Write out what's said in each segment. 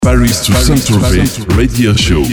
Paris to Saint-Tropez Radio Show.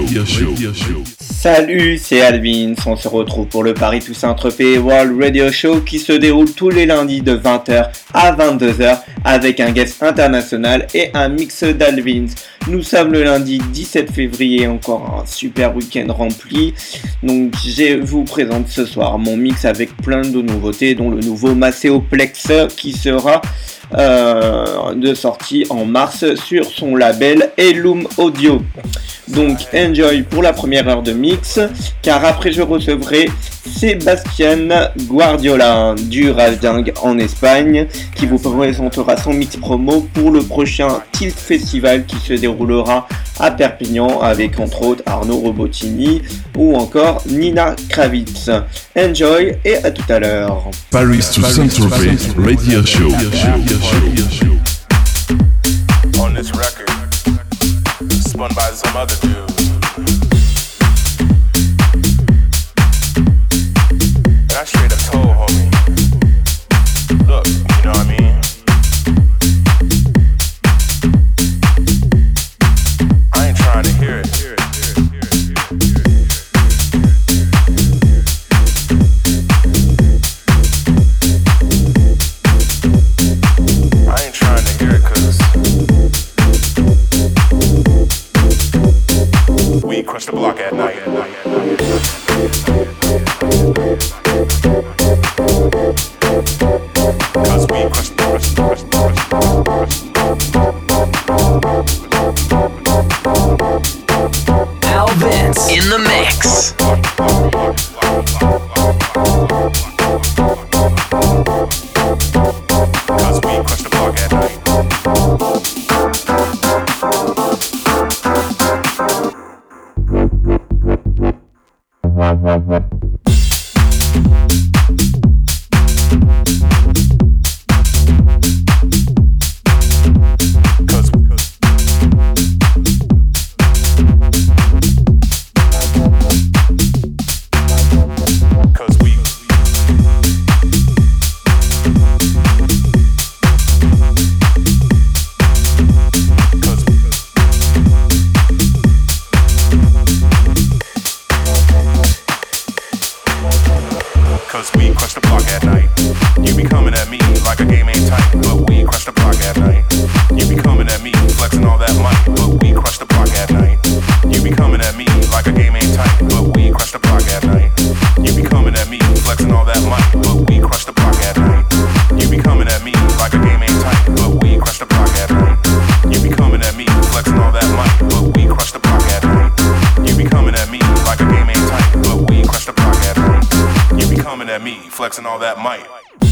Salut, c'est Alvin. On se retrouve pour le Paris to Saint-Tropez World Radio Show qui se déroule tous les lundis de 20h à 22h avec un guest international et un mix d'Alvins. Nous sommes le lundi 17 février, encore un super week-end rempli. Donc je vous présente ce soir mon mix avec plein de nouveautés, dont le nouveau Macéoplex qui sera de sortie en mars sur son label Elum Audio. Donc enjoy pour la première heure de mix, car après je recevrai Sébastien Guardiola du Rasding en Espagne qui vous présentera son mix promo pour le prochain Tilt Festival qui se déroulera à Perpignan avec entre autres Arnaud Robotini ou encore Nina Kravitz. Enjoy et à tout à l'heure. Paris to Saint-Tropez Radio Show. On this record, spun by some other dude. And I straight up told homie, look, you know what I mean? I ain't trying to hear it. Crush the block at night. Cause we crush the Alvin's in the mix. Cause we crush the block at night. Flexing all that might.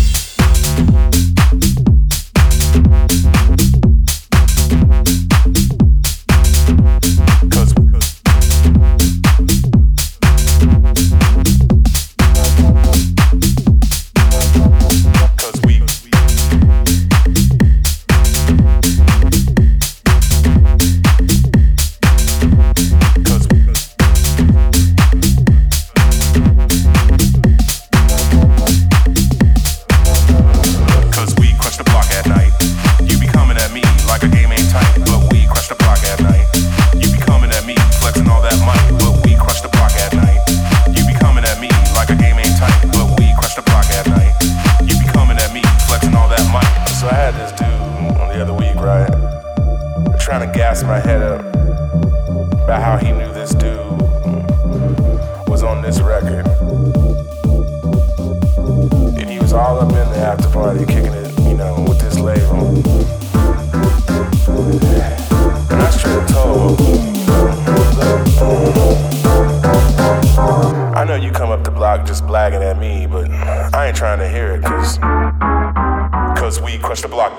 My head up about how he knew this dude was on this record, and he was all up in the after party kicking it, you know, with this label. And I straight up told him, I know you come up the block just blagging at me, but I ain't trying to hear it, cause we crush the block.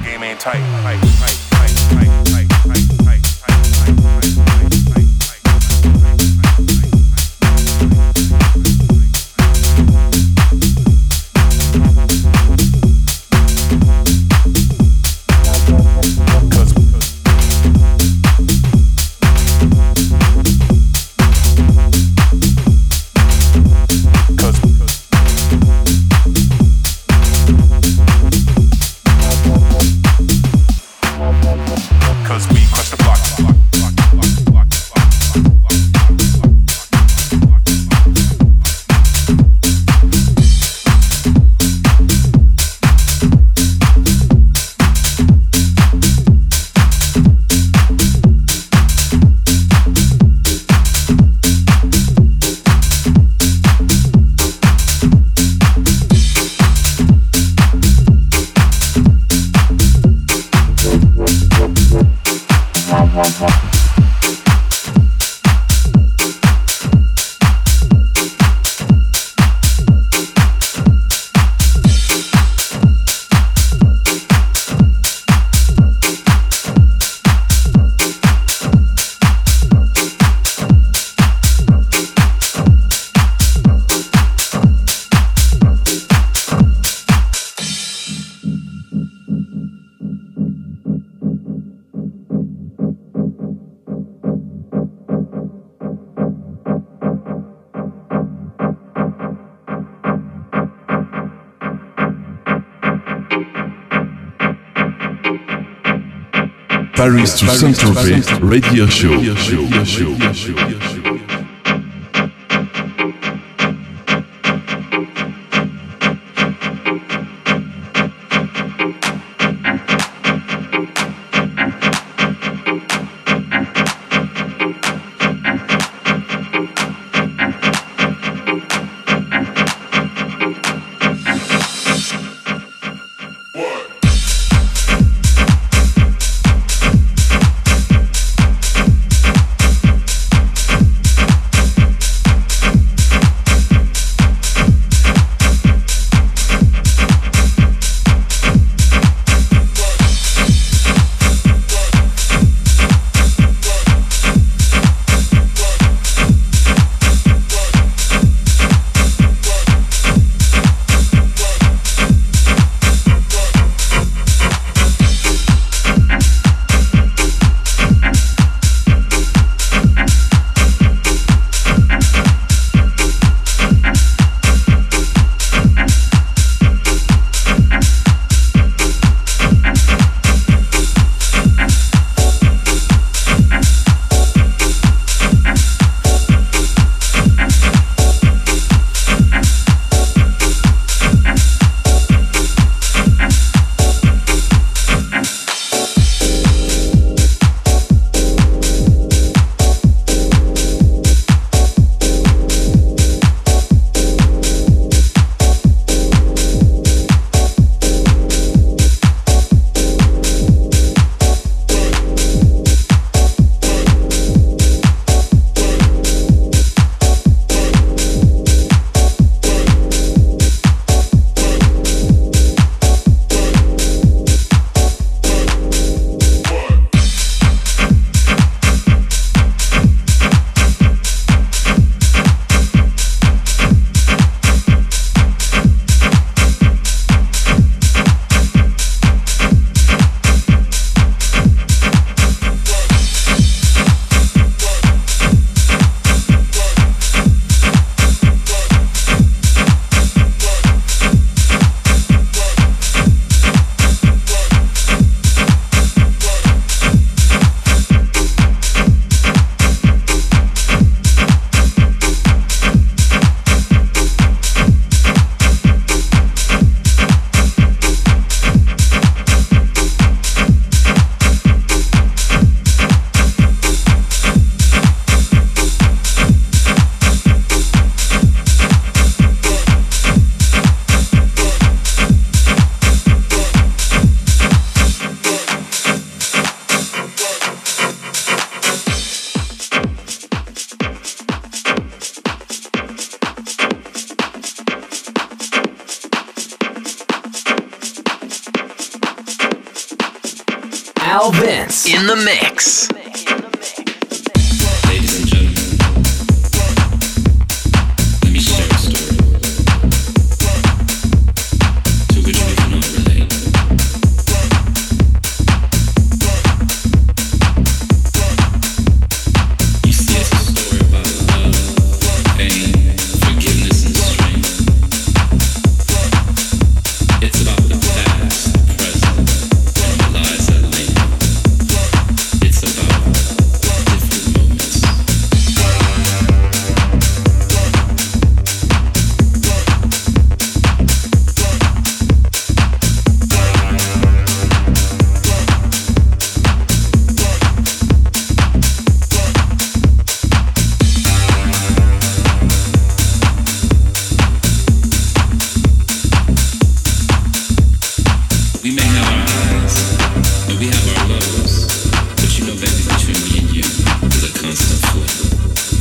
game ain't tight. Paris to Saint-Tropez Radio Show. Al Vince in the mix. Ladies and gentlemen, let me share a story to which we can all relate. You see, it's a story about love, pain, forgiveness, and strength. It's about the past, present, and the lies that linger. It's about different moments. We may have our highs, and we have our lows, but you know, baby, between me and you is a constant flow.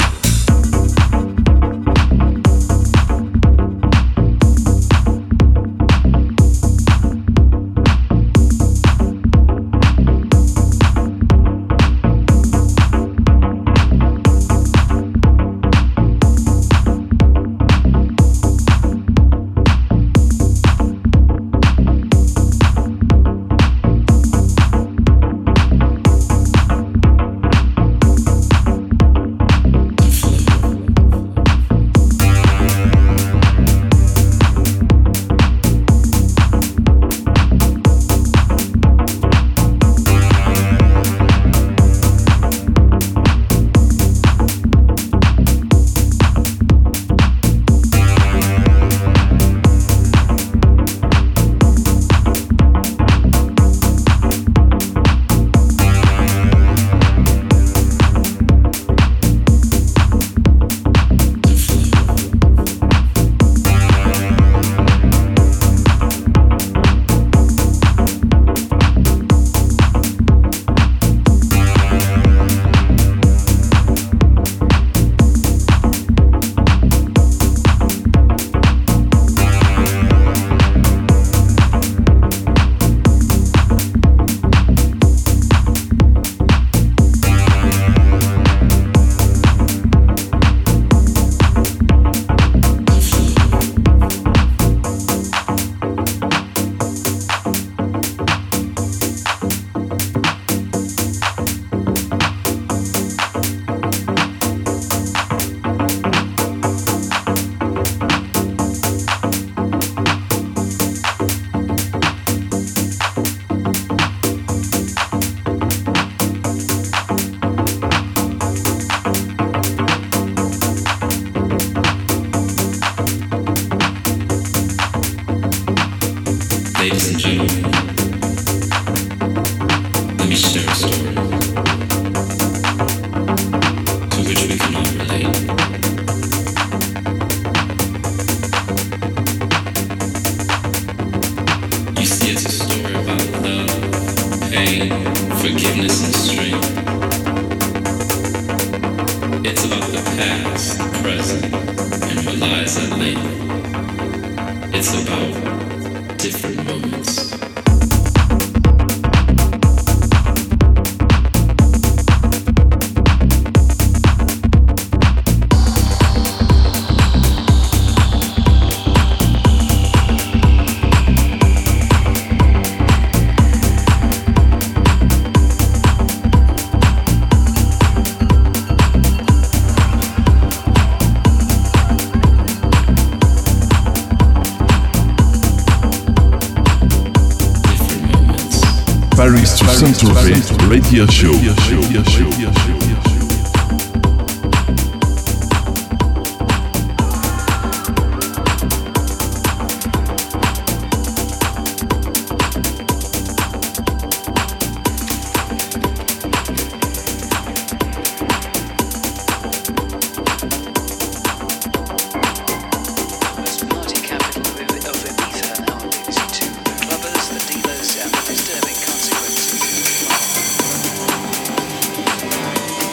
Ladies and gentlemen, let me share a story to which we can all relate. You see, it's a story about love, pain, forgiveness, and strength. It's about the past, present, and what lies that linger. It's about different moments. Paris to Saint-Tropez Radio Show. Disturbing consequences.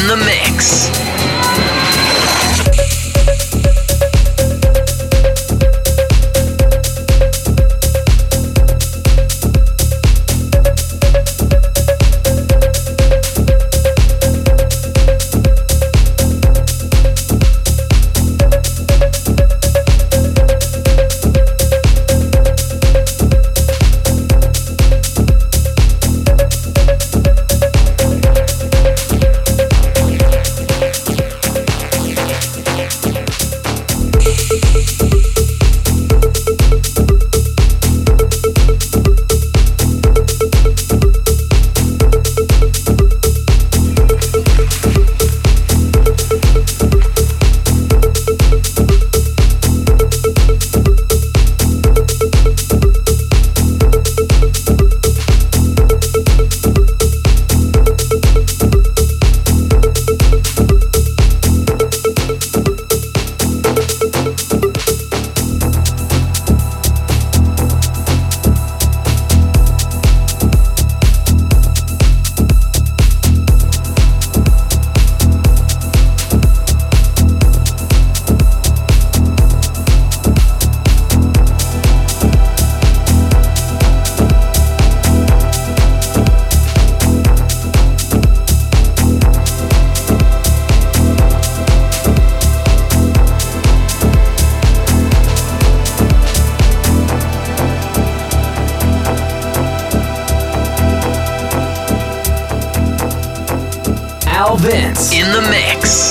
the mix. Vince in the mix.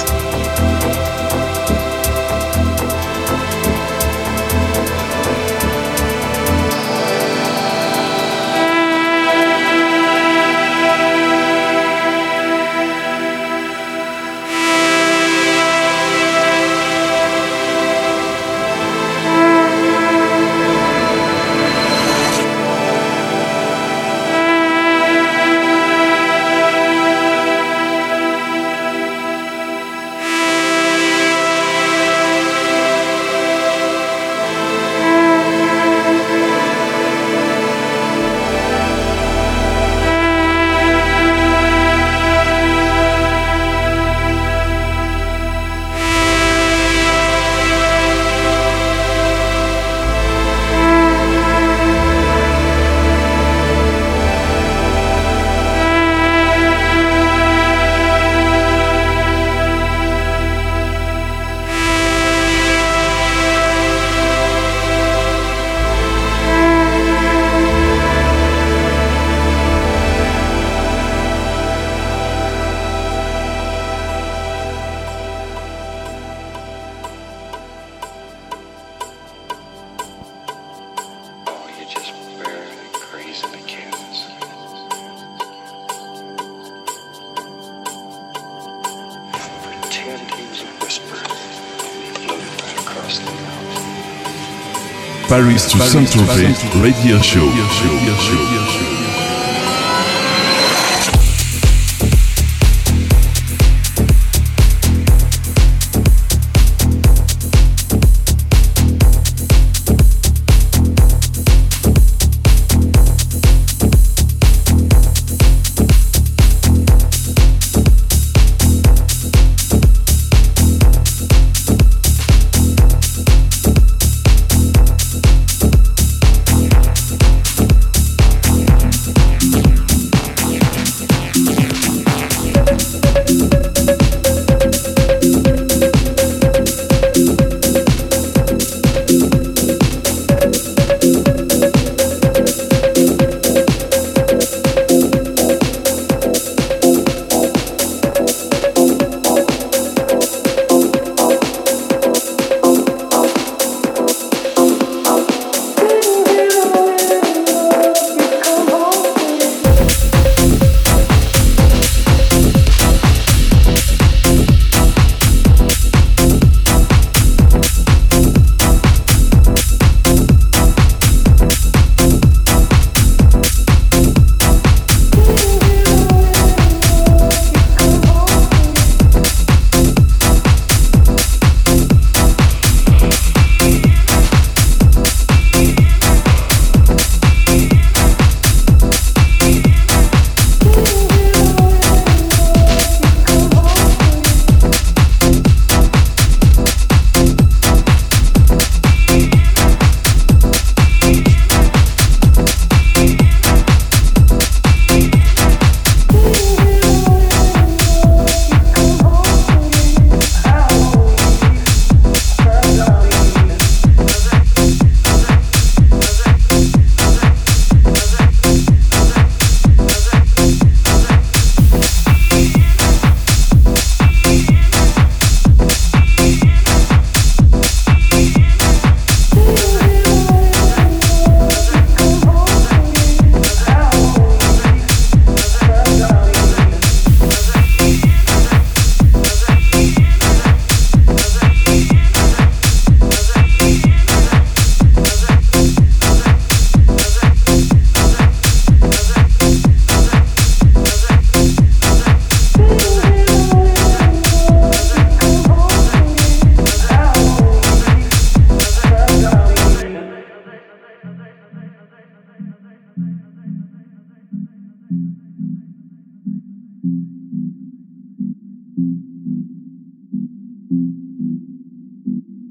Paris to Saint-Tropez Radio Show.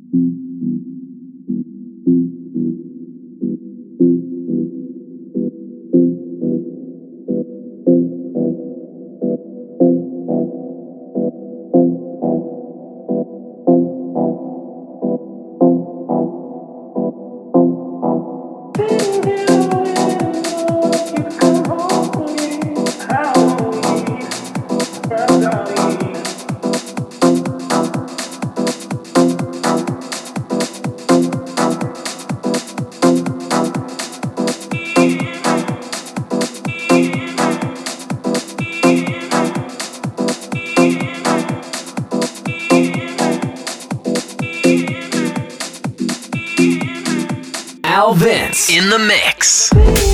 Al Vince in the mix.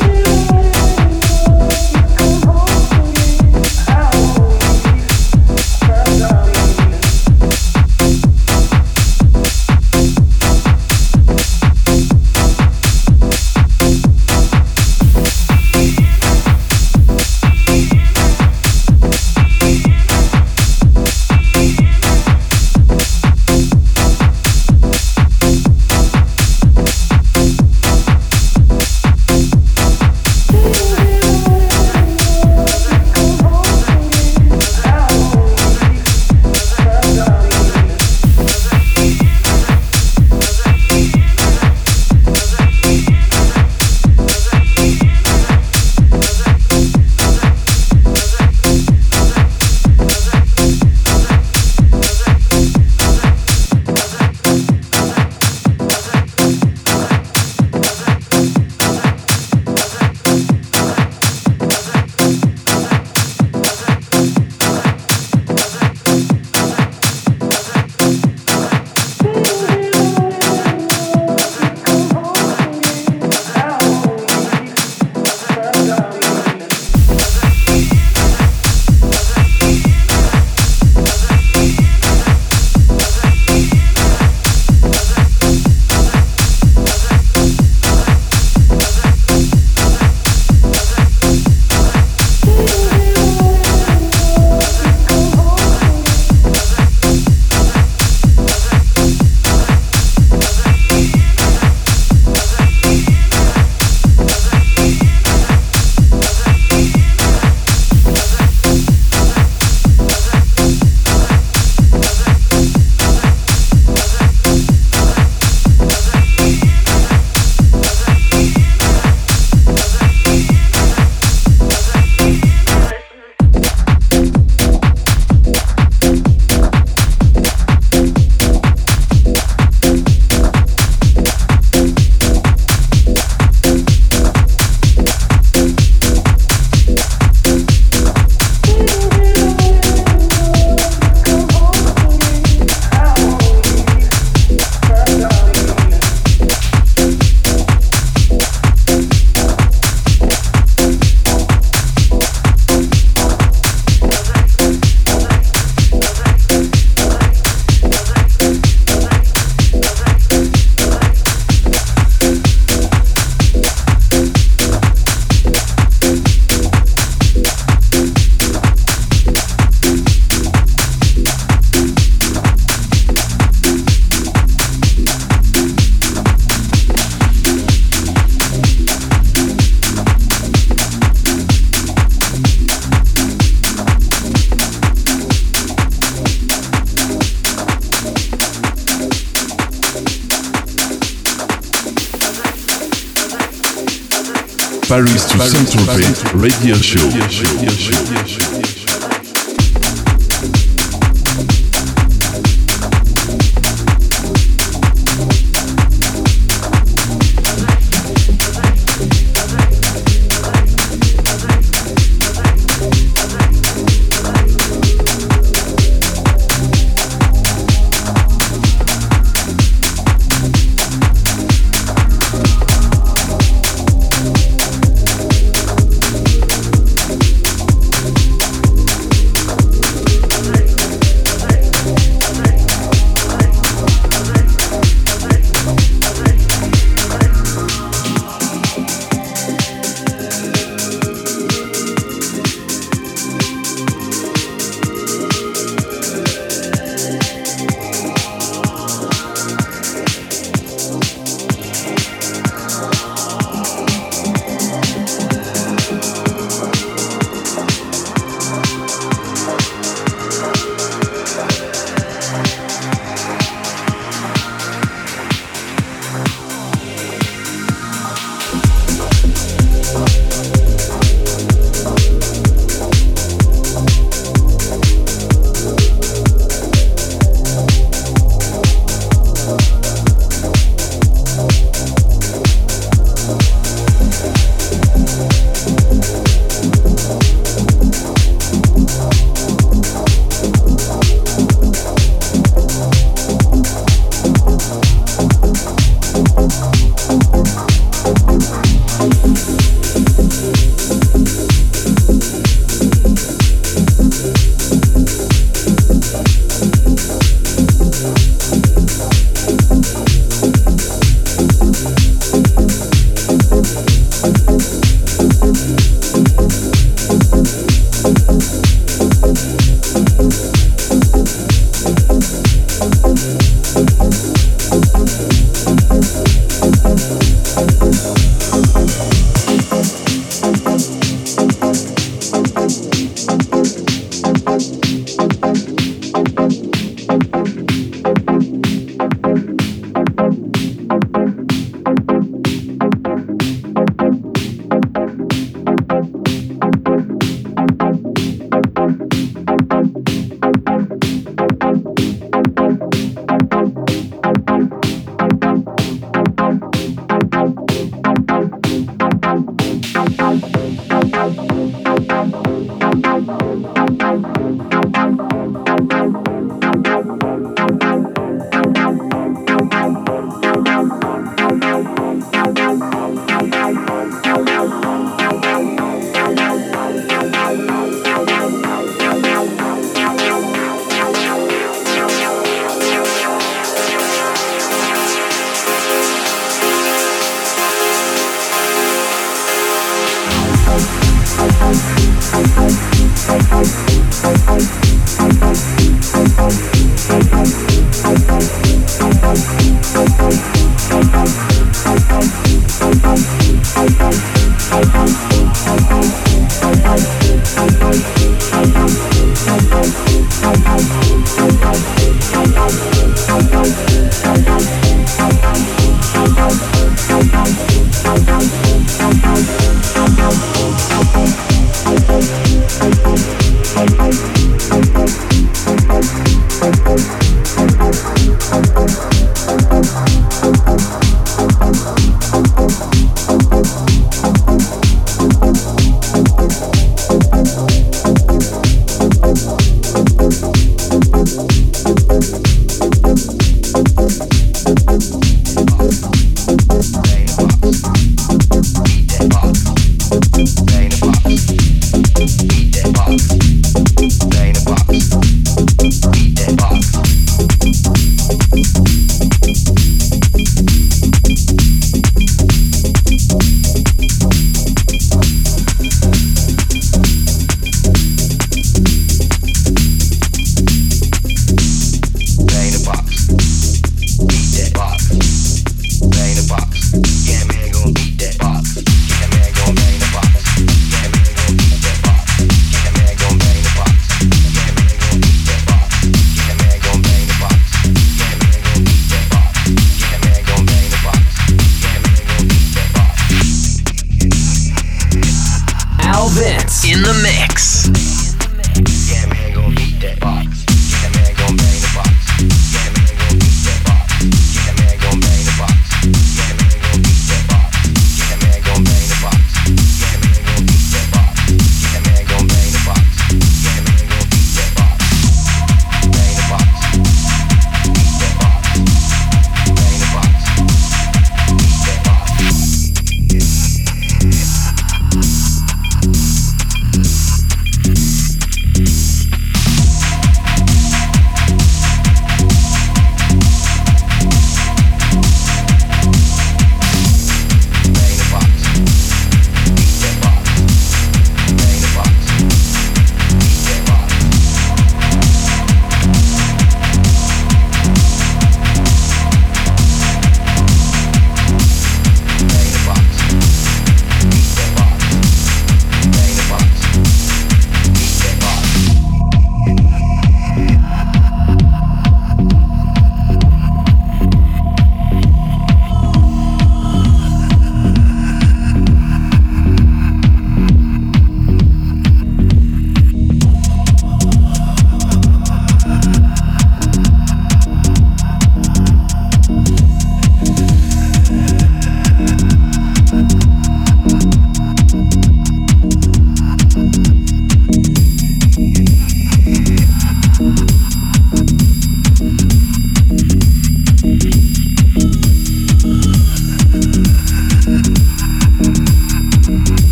Paris to Saint-Tropez Radio Show.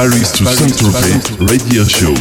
Paris to Saint-Tropez Radio Show.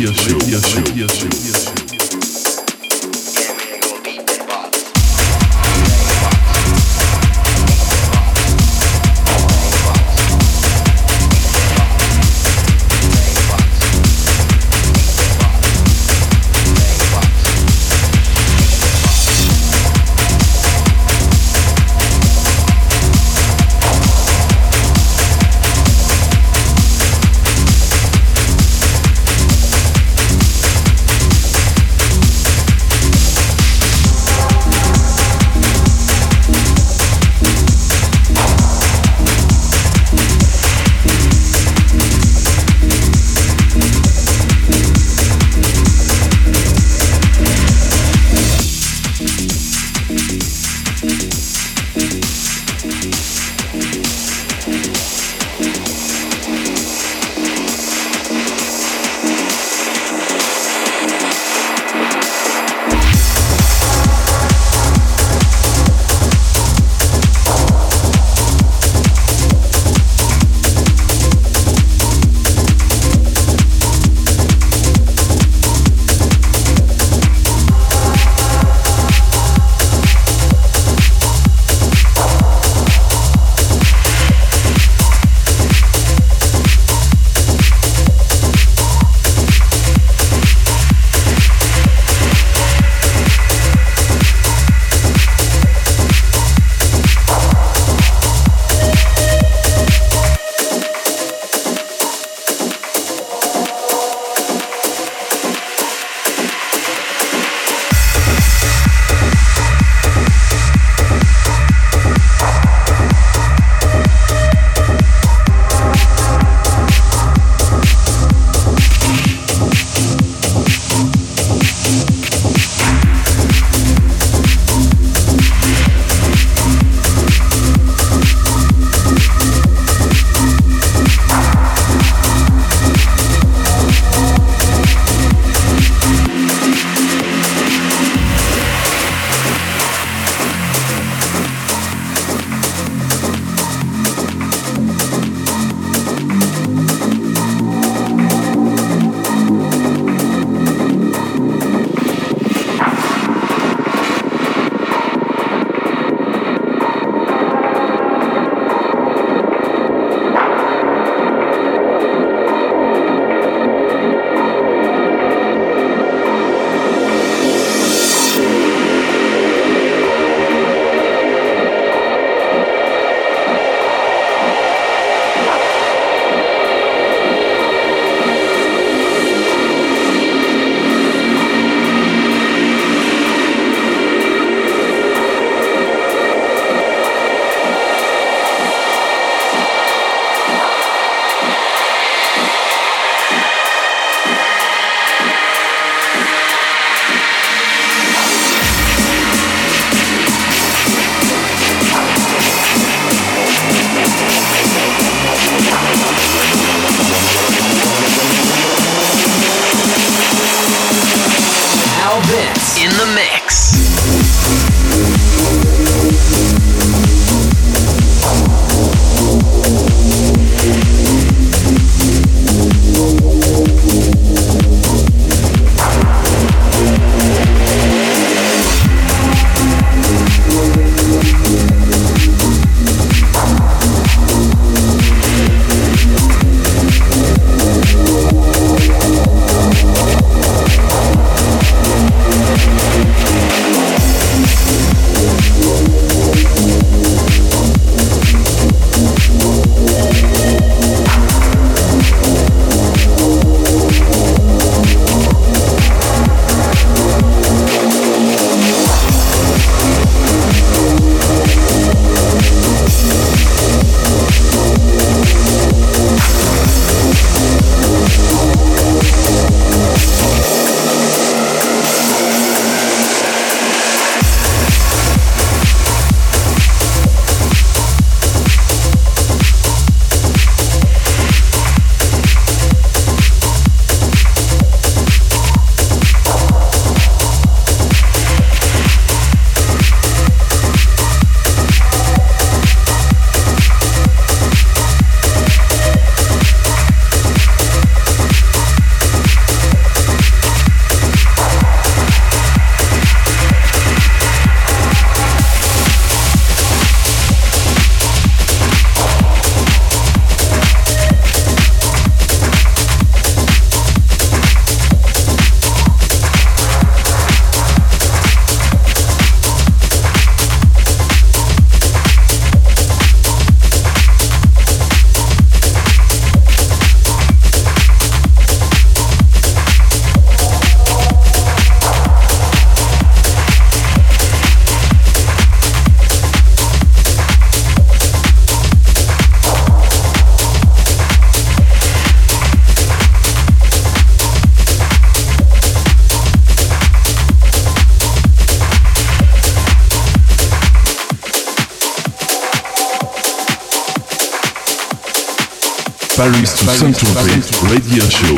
Paris to Saint-Tropez Radio Show.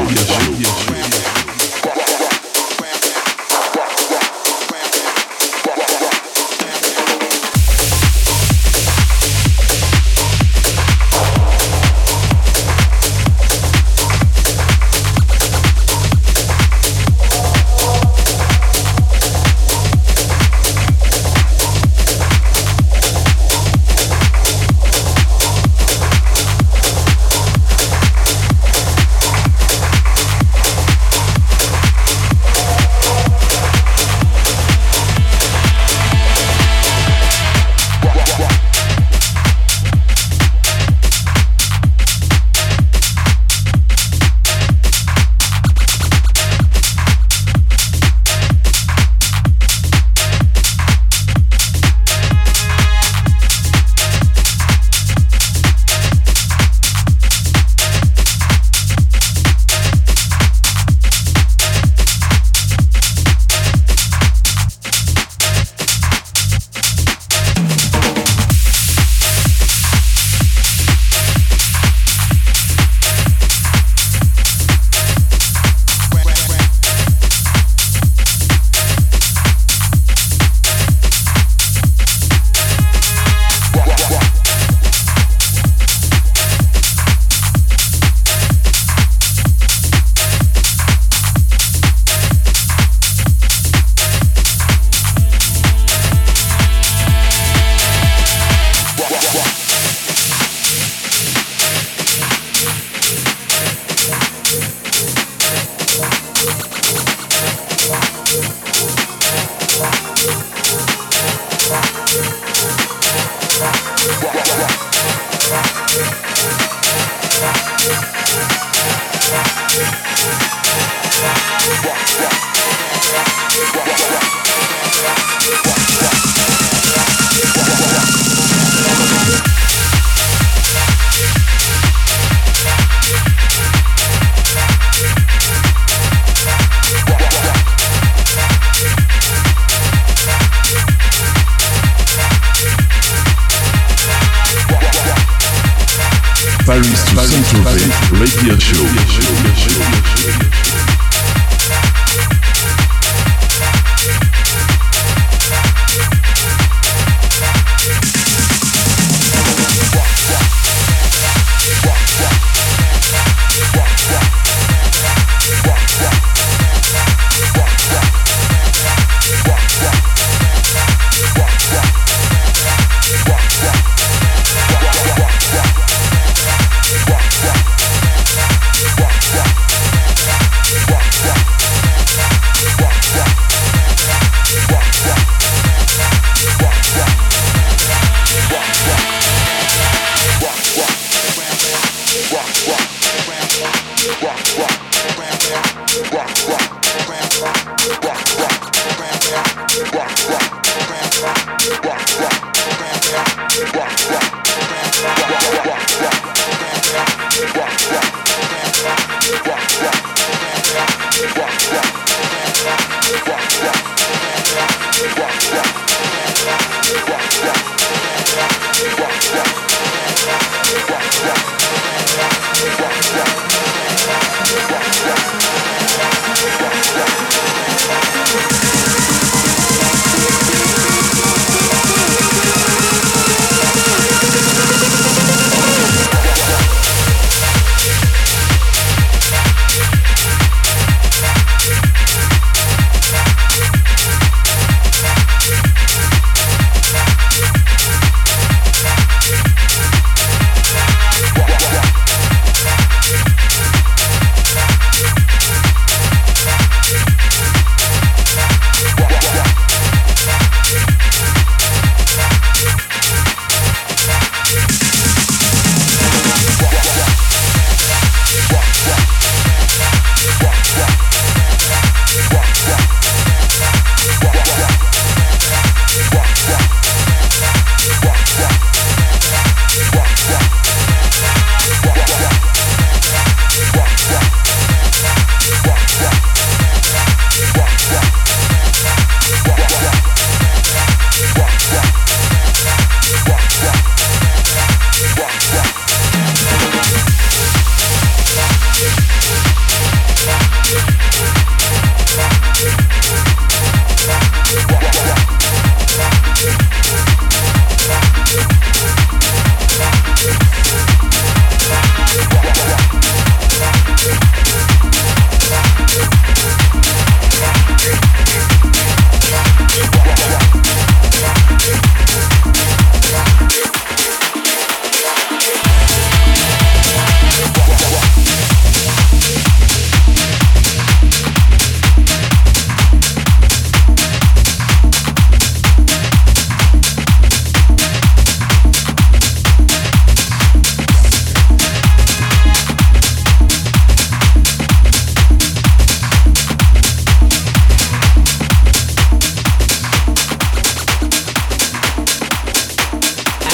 Paris to Saint-Tropez Radio Show.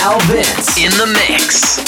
Al Vince in the mix.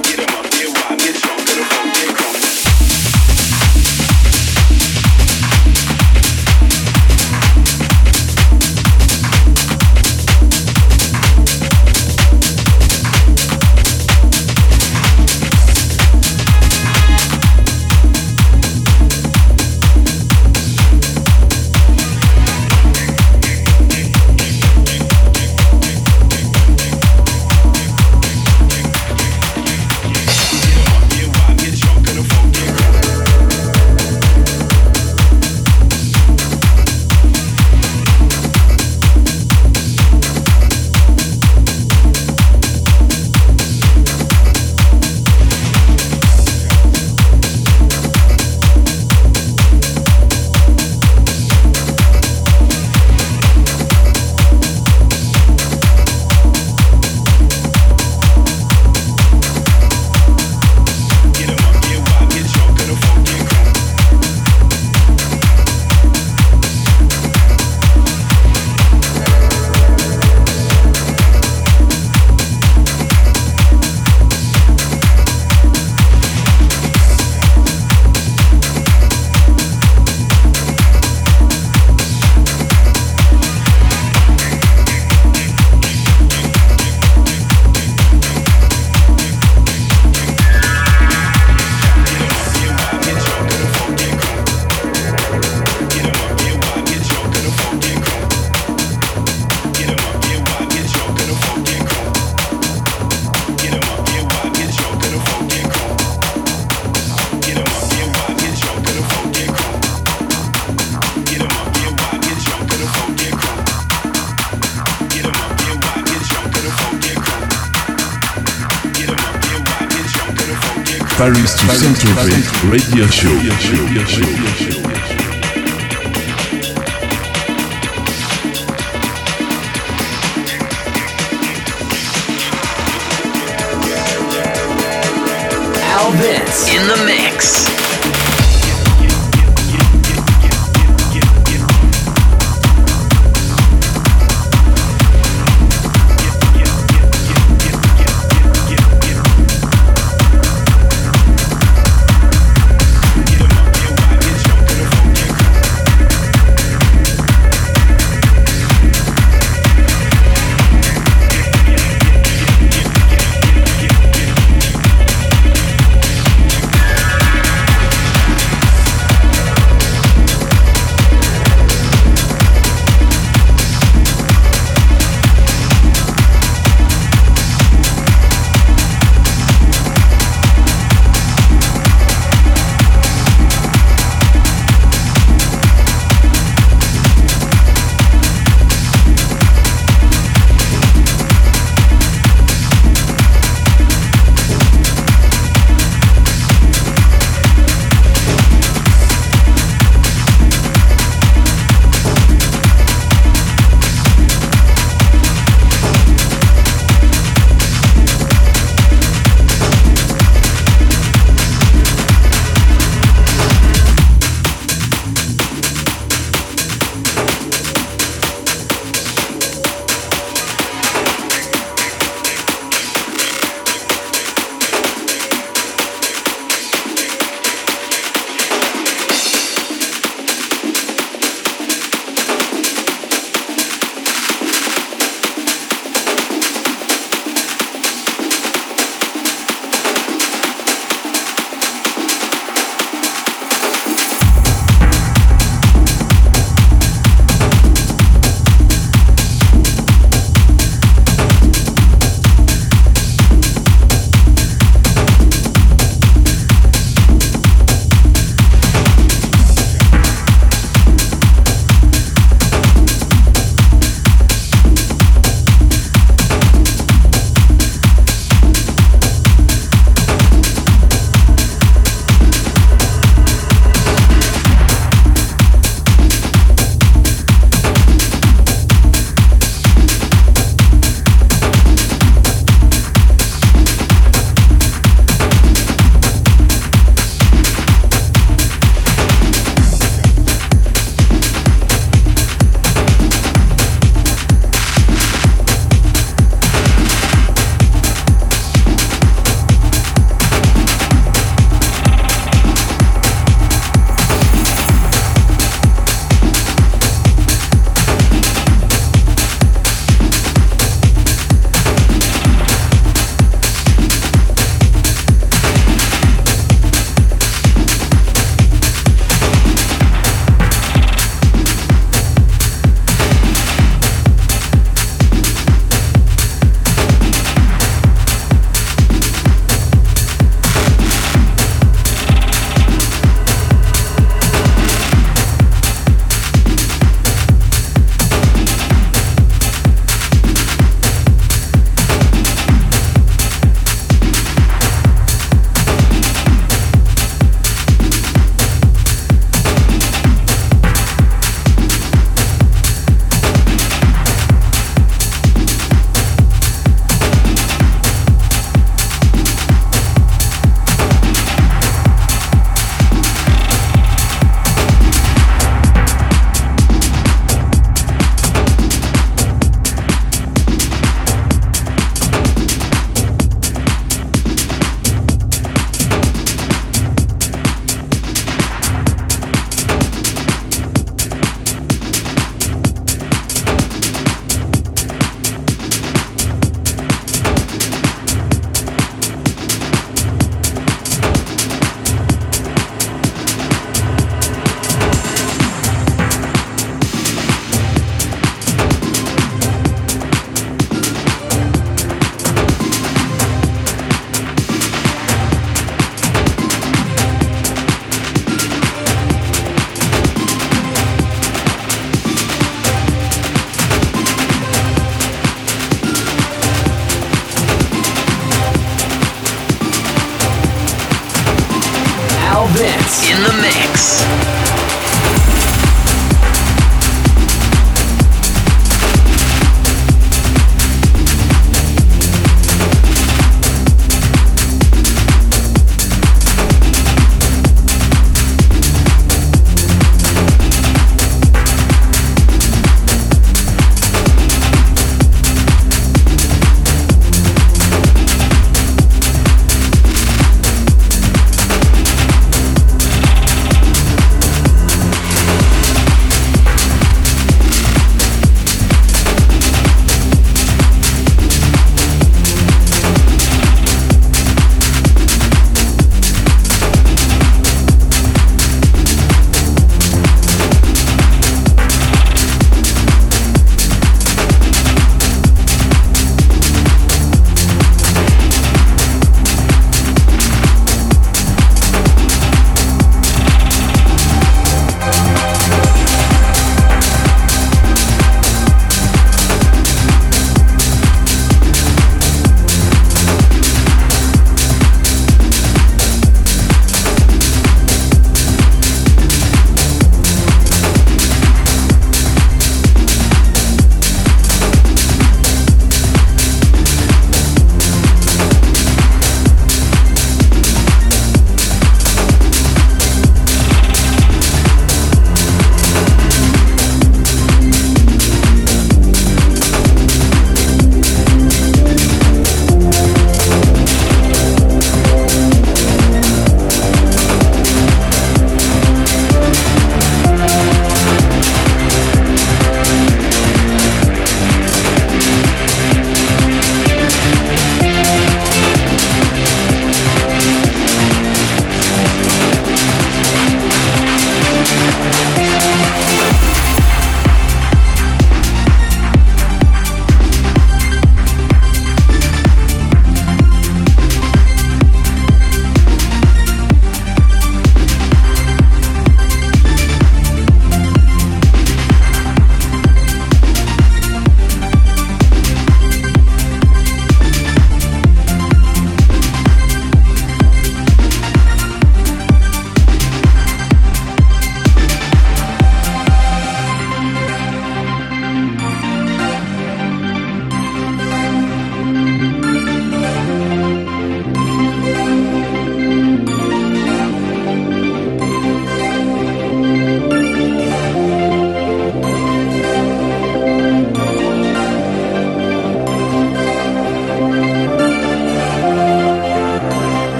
Paris to Saint-Tropez Radio Show. Al Vince in the mix.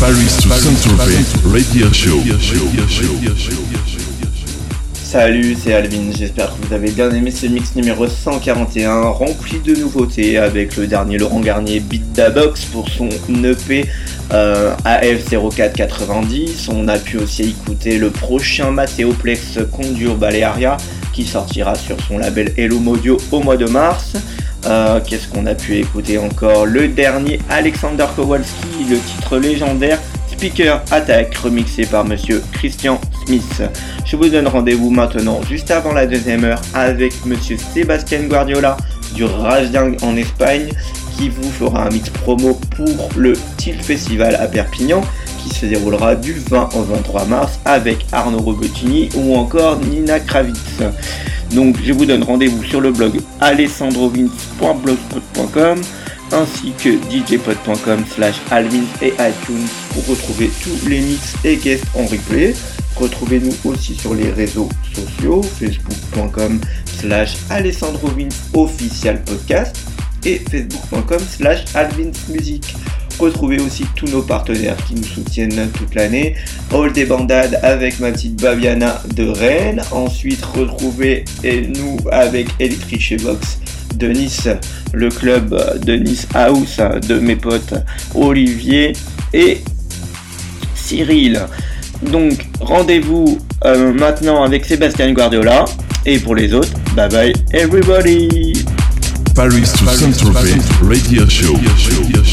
Paris to Saint-Tropez Radio Show. Salut, c'est Alvin, j'espère que vous avez bien aimé ce mix numéro 141, rempli de nouveautés avec le dernier Laurent Garnier Beat Da Box pour son EP AF0490. On a pu aussi écouter le prochain Matteo Plex Condur Balearia qui sortira sur son label Hello Audio au mois de mars. Qu'est-ce qu'on a pu écouter encore? Le dernier Alexander Kowalski, le titre légendaire Speaker Attack, remixé par monsieur Christian Smith. Je vous donne rendez-vous maintenant, juste avant la deuxième heure, avec monsieur Sébastien Guardiola du Rajdang en Espagne, qui vous fera un mix promo pour le Tilt Festival à Perpignan, qui se déroulera du 20 au 23 mars avec Arnaud Robotini ou encore Nina Kravitz. Donc je vous donne rendez-vous sur le blog alessandrovins.blogspot.com ainsi que djpod.com/alvins et iTunes pour retrouver tous les mix et guests en replay. Retrouvez-nous aussi sur les réseaux sociaux, facebook.com/alessandrovins official podcast et facebook.com/alvinsmusic. Retrouvez aussi tous nos partenaires qui nous soutiennent toute l'année. All des Bandades avec ma petite Babiana de Rennes. Ensuite, retrouvez nous avec Electric Box de Nice, le club de Nice House de mes potes Olivier et Cyril. Donc, rendez-vous maintenant avec Sébastien Guardiola. Et pour les autres, bye bye everybody. Paris to Saint-Tropez Radio Show.